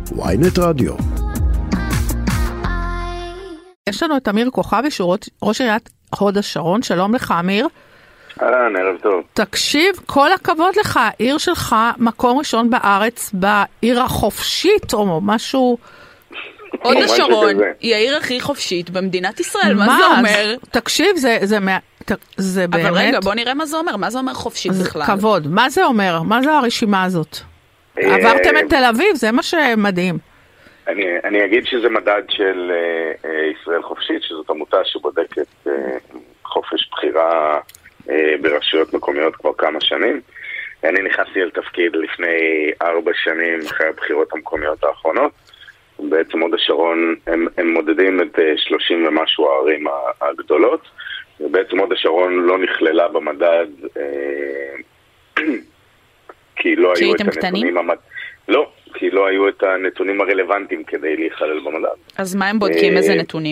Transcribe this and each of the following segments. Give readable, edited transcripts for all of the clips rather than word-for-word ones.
ynet רדיו. יש לנו את אמיר כוכבי, שהוא ראש עיריית הוד השרון. שלום לך, אמיר. ערב טוב. תקשיב, כל הכבוד לך, העיר שלך מקום ראשון בארץ, בעיר החופשית או משהו. הוד השרון היא העיר הכי חופשית במדינת ישראל, מה זה אומר? תקשיב, זה באמת... אבל רגע, בוא נראה מה זה אומר, מה זה אומר חופשית בכלל? כבוד, מה זה אומר? מה זה הרשימה הזאת? עברתם את תל אביב, זה מה שמדהים. אני אגיד שזה מדד של ישראל חופשית, שזאת עמותה שבודקת חופש בחירה ברשויות מקומיות כבר כמה שנים. אני נכנסתי אל תפקיד לפני 4 שנים אחרי הבחירות המקומיות האחרונות. בעצם הוד השרון הם מודדים את 30 ומשהו הערים הגדולות, ובעצם הוד השרון לא נכללה במדד כי לא היו את הנתונים לא, כי לא היו את הנתונים הרלוונטיים כדי להיכלל במדד. אז מה הם בודקים? איזה נתונים?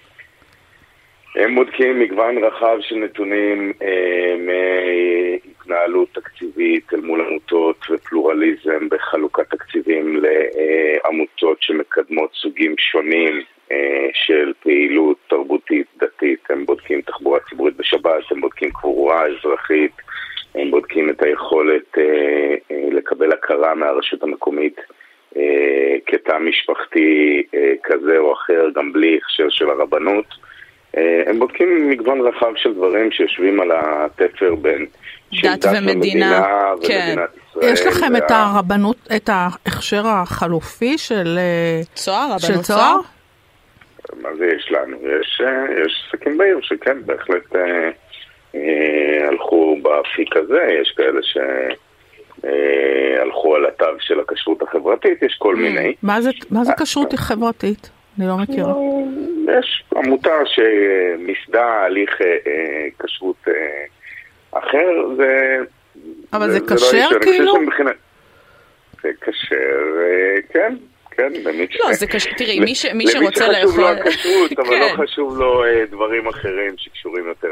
הם בודקים מגוון רחב של נתונים מהתנהלות תקציבית אל מול עמותות ופלורליזם בחלוקת תקציבים לעמותות שמקדמות סוגים שונים של פעילות תרבותית, דתית. הם בודקים תחבורה ציבורית בשבת, הם בודקים קבורה אזרחית, הם בודקים את היכולת לקבל הכרה מהרשות המקומית כתא משפחתי כזה או אחר, גם בלי הכשר של הרבנות. הם בודקים מגוון רחב של דברים שיושבים על התפר בין דת ומדינה ומדינת ישראל. יש לכם את הרבנות, את ההכשר החלופי של צוהר, רבנות צוהר? מה זה יש לנו? יש עסקים בעיר שכן, בהחלט הלכו באפיק הזה. יש כאלה שהלכו על התו של הכשרות החברתית, יש כל מיני. מה זה כשרות חברתית? אני לא מכירה. יש עמותה שמסדה הליך כשרות אחר, אבל זה כשר כאילו? זה כשר, כן. לא, זה קשור, תראי, מי שרוצה לאכול... למי שחשוב לו הכשרות, אבל לא חשוב לו דברים אחרים שקשורים יותר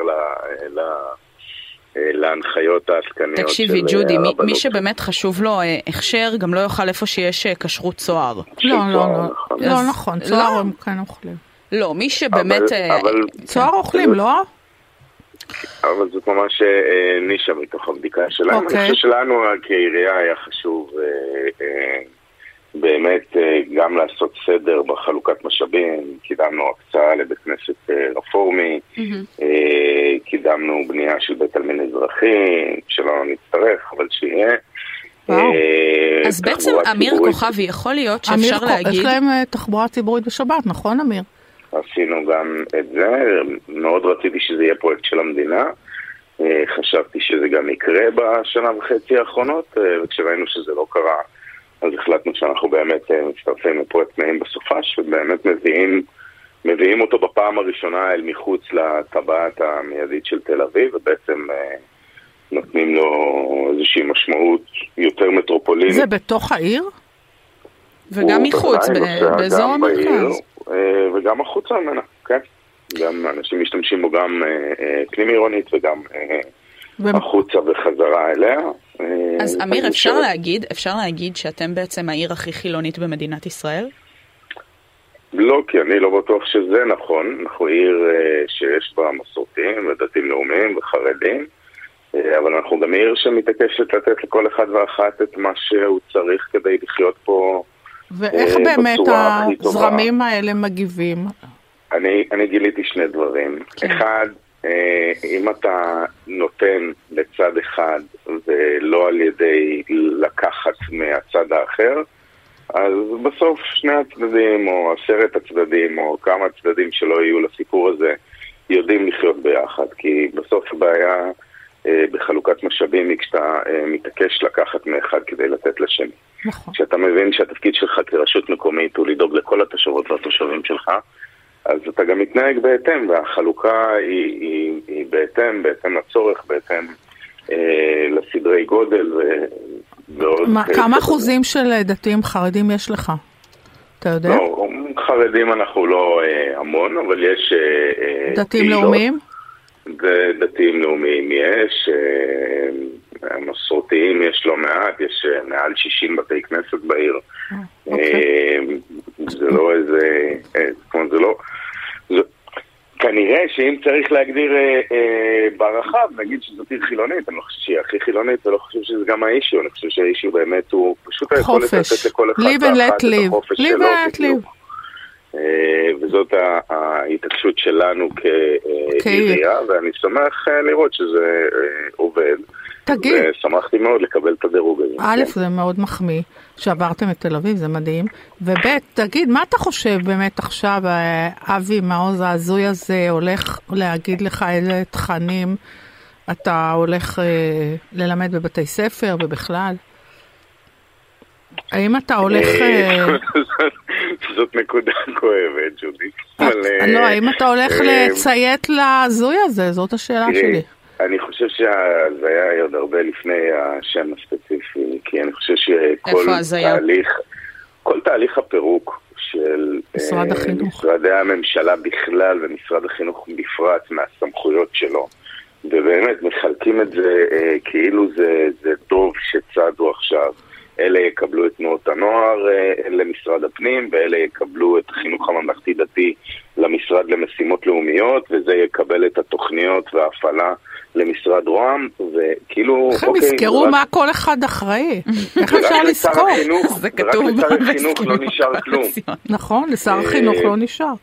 להנחיות העסקניות של הרבנות. תקשיבי, ג'ודי, מי שבאמת חשוב לו הכשר, גם לא יאכל איפה שיש כשרות צוהר. לא נכון, צוהר הם כאן אוכלים. לא, מי שבאמת... צוהר אוכלים, לא? אבל זאת ממש נישה מתוך הבדיקה שלנו. אני חושב שלנו כעירייה היה חשוב באמת גם לעשות סדר בחלוקת משאבים. קידמנו הקצאה לבית כנסת רפורמי, קידמנו בנייה של בית עלמין אזרחי, שלא נצטרך, אבל שיהיה. אז בעצם אמיר כוכבי, יכול להיות שאפשר להגיד... יש להם תחבורה ציבורית בשבת, נכון אמיר? עשינו גם את זה, מאוד רציתי שזה יהיה פרויקט של המדינה, חשבתי שזה גם יקרה בשנה וחצי האחרונות, וכשראינו שזה לא קרה, אז החלטנו שאנחנו באמת מצטרפים לפרויקט נעים בסופש, ובאמת מביאים אותו בפעם הראשונה אל מחוץ לטבעת המיידית של תל אביב, ובעצם נותנים לו איזושהי משמעות יותר מטרופולינית. זה בתוך העיר? וגם מחוץ, באזור המרכז. וגם החוצה ממנה, כן. גם אנשים משתמשים בו גם פנים עירונית וגם החוצה וחזרה אליה. אז אמיר, אפשר להגיד שאתם בעצם העיר הכי חילונית במדינת ישראל? לא, כי אני לא בטוח שזה נכון. אנחנו עיר שיש בה מסורתיים ודתיים לאומיים וחרדים, אבל אנחנו גם עיר שמתעקשת לתת לכל אחד ואחת את מה שהוא צריך כדי לחיות פה. ואיך באמת הזרמים האלה מגיבים? אני גיליתי 2 דברים. אחד, אם אתה נותן לצד אחד ולא על ידי לקחת מהצד האחר, אז בסוף 2 הצדדים או 10 הצדדים או כמה הצדדים שלא יהיו לסיפור הזה יודעים לחיות ביחד, כי בסוף הבעיה בחלוקת משאבים היא כשאתה מתעקש לקחת מאחד כדי לתת לשני. נכון. כשאתה מבין שהתפקיד שלך כרשות מקומית הוא לדאוג לכל התושבות והתושבים שלך, אז אתה גם מתנהג בהתאם, והחלוקה היא בהתאם לצורך, בהתאם לסדרי גודל ועוד. כמה אחוזים של דתיים חרדים יש לך? אתה יודע? לא, חרדים אנחנו לא המון, אבל יש דתיים לאומיים? דתיים לאומיים יש, מסורתיים יש לא מעט, יש מעל 60 בתי כנסת בעיר. שאם צריך להגדיר ברחב, נגיד שזאת עיר חילונית, אני לא חושב שהיא הכי חילונית, ולא חושב שזה גם האישו, אני חושב שהאישו באמת הוא פשוט היכול לתת לכל אחד ואחת את החופש שלו. וזאת ההתעקשות שלנו כעירייה, ואני שמח לראות שזה עובד. תגיד. ושמחתי מאוד לקבל את הדירוג הזה. א', זה מאוד מחמיא שעברתם את תל אביב, זה מדהים. וב', תגיד, מה אתה חושב באמת עכשיו, אבי מעוז ההזוי הזה הולך להגיד לך איזה תכנים אתה הולך ללמד בבתי ספר ובכלל? האם אתה הולך... זאת נקודה כואבת, ג'ודית. לא, האם אתה הולך לציית להזוי הזה? זאת השאלה שלי. אני חושב שזה היה עוד הרבה לפני השם הספציפי, כי אני חושב שכל תהליך הפירוק של משרדי הממשלה בכלל ומשרד החינוך בפרט מהסמכויות שלו, ובאמת מחלקים את זה כאילו זה טוב שצעדו עכשיו. אלה יקבלו את תנועות הנוער למשרד הפנים, ואלה יקבלו את החינוך הממלכתי דתי למשרד למשימות לאומיות, וזה יקבל את התוכניות וההפעלה למשרד רוה"מ, וכאילו... איך הם יזכרו מה כל אחד אחראי? איך אפשר לזכור? זה כתוב ורק לשר החינוך לא נשאר כלום. נכון, לשר החינוך לא נשאר.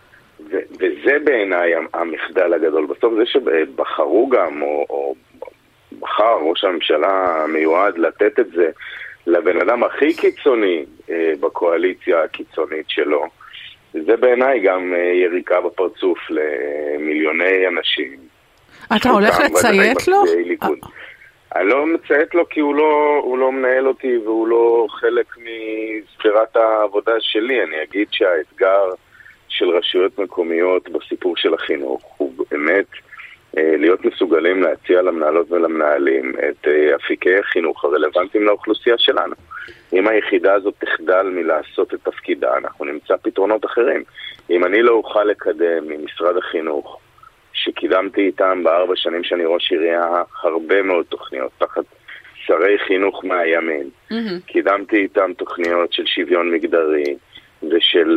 וזה בעיניי המחדל הגדול. בסוף זה שבחרו גם, או בחר ראש הממשלה המיועד לתת את זה לבן אדם הכי קיצוני בקואליציה הקיצונית שלו, זה בעיניי גם יריקה בפרצוף למיליוני אנשים. אתה הולך לציית לו? אני לא מציית לו כי הוא לא מנהל אותי והוא לא חלק מספירת העבודה שלי. אני אגיד שהאתגר של רשויות מקומיות בסיפור של החינוך הוא באמת להיות מסוגלים להציע למנהלות ולמנהלים את אפיקי החינוך הרלוונטיים לאוכלוסייה שלנו. אם היחידה הזאת תחדל מלעשות את תפקידה, אנחנו נמצא פתרונות אחרים. אם אני לא אוכל לקדם ממשרד החינוך, שקידמתי איתם ב4 שנים שאני ראש עירייה הרבה מאוד תוכניות, תחת שרי חינוך מהימין, קידמתי איתם תוכניות של שוויון מגדרי, ושל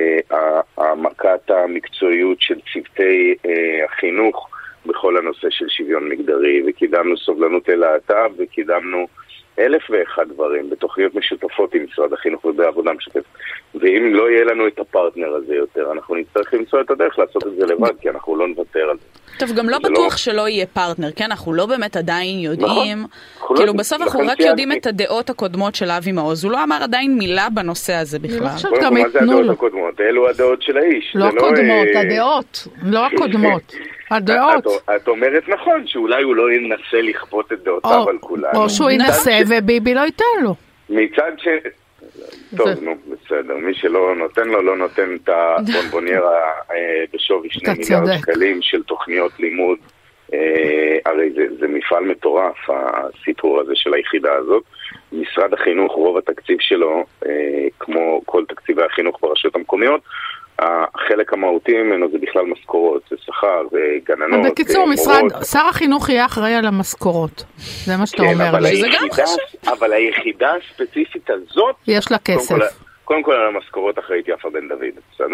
העמקת המקצועיות של צוותי החינוך, בכל הנושא של שוויון מגדרי, וקידמנו סובלנות ללהט"ב, וקידמנו 1,001 דברים בתוכניות משותפות עם משרד החינוך ובעבודה משותפת. ואם לא יהיה לנו את הפרטנר הזה יותר, אנחנו נצטרך למצוא את הדרך לעשות את זה לבד, כי אנחנו לא נוותר על זה. טוב, גם לא בטוח שלא יהיה פרטנר, כן? אנחנו לא באמת עדיין יודעים. כאילו בסוף אנחנו רק יודעים את הדעות הקודמות של אבי מעוז. הוא לא אמר עדיין מילה בנושא הזה בכלל. מה זה הדעות הקודמות? אלו הדעות של האיש. לא הקודמות, הדעות. לא הקודמות. הדעות. את אומרת נכון, שאולי הוא לא ינסה לכפות את דעותיו על כולנו. או שהוא ינסה וביבי לא ייתן לו. מצד ש... טוב, נו, בסדר. מי שלא נותן לו, לא נותן את הבונבוניירה בשווי 2 מיליארד שקלים של תוכניות לימוד. הרי זה מפעל מטורף, הסיפור הזה של היחידה הזאת. משרד החינוך, רוב התקציב שלו, כמו כל תקציבי החינוך ברשויות המקומיות, החלק המהותי ממנו זה בכלל משכורות, זה שכר, זה גננות. בקיצור, שר החינוך יהיה אחראי על המשכורות. זה מה שאתה אומר לי. זה גם חשוב. אבל היחידה הספציפית הזאת, יש לה כסף. קודם כל על המשכורות אחראית יפה בן דוד.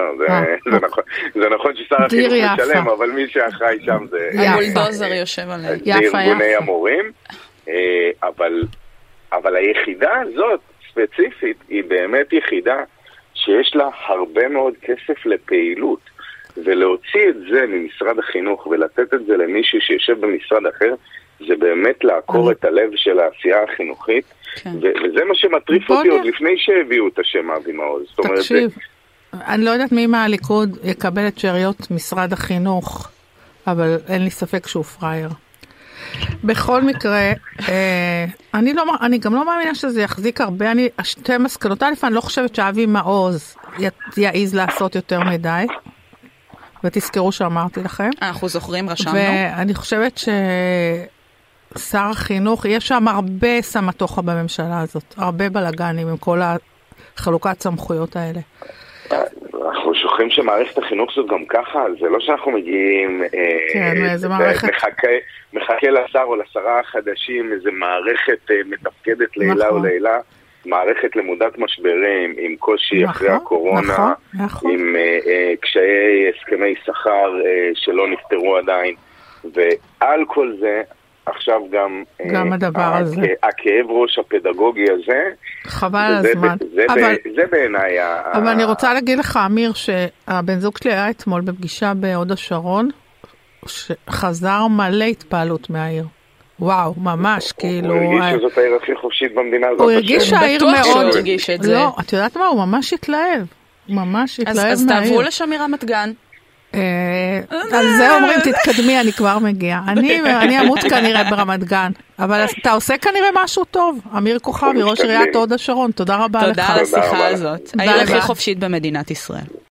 זה נכון ששר החינוך משלם, אבל מי שאחראי שם זה... הבולדוזר יושב עליהם. זה ארגוני המורים. אבל היחידה הזאת ספציפית היא באמת יחידה שיש לה הרבה מאוד כסף לפעילות, ולהוציא את זה ממשרד החינוך ולתת את זה למישהו שיושב במשרד אחר, זה באמת לעקור את הלב של העשייה החינוכית, וזה מה שמטריף אותי עוד לפני שהביאו את השם אבי מעוז. תקשיב, אני לא יודעת מי מהליכוד יקבל את שאריות משרד החינוך, אבל אין לי ספק שהוא פרייר. בכל מקרה, אני גם לא מאמינה שזה יחזיק הרבה, שתי מסקנות, אני לא חושבת שאבי מעוז יעיז לעשות יותר מדי, ותזכרו שאמרתי לכם. אנחנו זוכרים, רשמנו. ואני חושבת ששר החינוך, יש שם הרבה סמטוחה בממשלה הזאת, הרבה בלגנים עם כל החלוקת סמכויות האלה. אנחנו שוכרים שמערכת החינוך זאת גם ככה, זה לא שאנחנו מגיעים, מחכה לשר או לשרה החדשים, איזה מערכת מתפקדת לילה או לילה, מערכת למודת משברים, עם קושי אחרי הקורונה, עם קשיי הסכמי שכר שלא נפתרו עדיין, ועל כל זה, עכשיו גם הדבר הזה. הכאב ראש הפדגוגי הזה, חבל על הזמן. זה בעיניי. אבל אני רוצה להגיד לך, אמיר, שהבן זוג שלי היה אתמול בפגישה בהוד השרון, שחזר מלא התפעלות מהעיר. וואו, ממש, כאילו... הוא הרגיש שזאת העיר הכי חופשית במדינה הזאת. הוא הרגיש שהעיר מאוד... בטוח שהוא הרגיש את זה. לא, את יודעת מה? הוא ממש התלהב. ממש התלהב מהעיר. אז תעברו לשם מרמת גן. על זה אומרים, תתקדמי, אני כבר מגיעה. אני אמות כנראה ברמת גן. אבל אתה עושה כנראה משהו טוב. אמיר כוכבי, ראש עיריית הוד השרון, תודה רבה לך. תודה על השיחה הזאת. העיר הכי חופשית במדינת ישראל.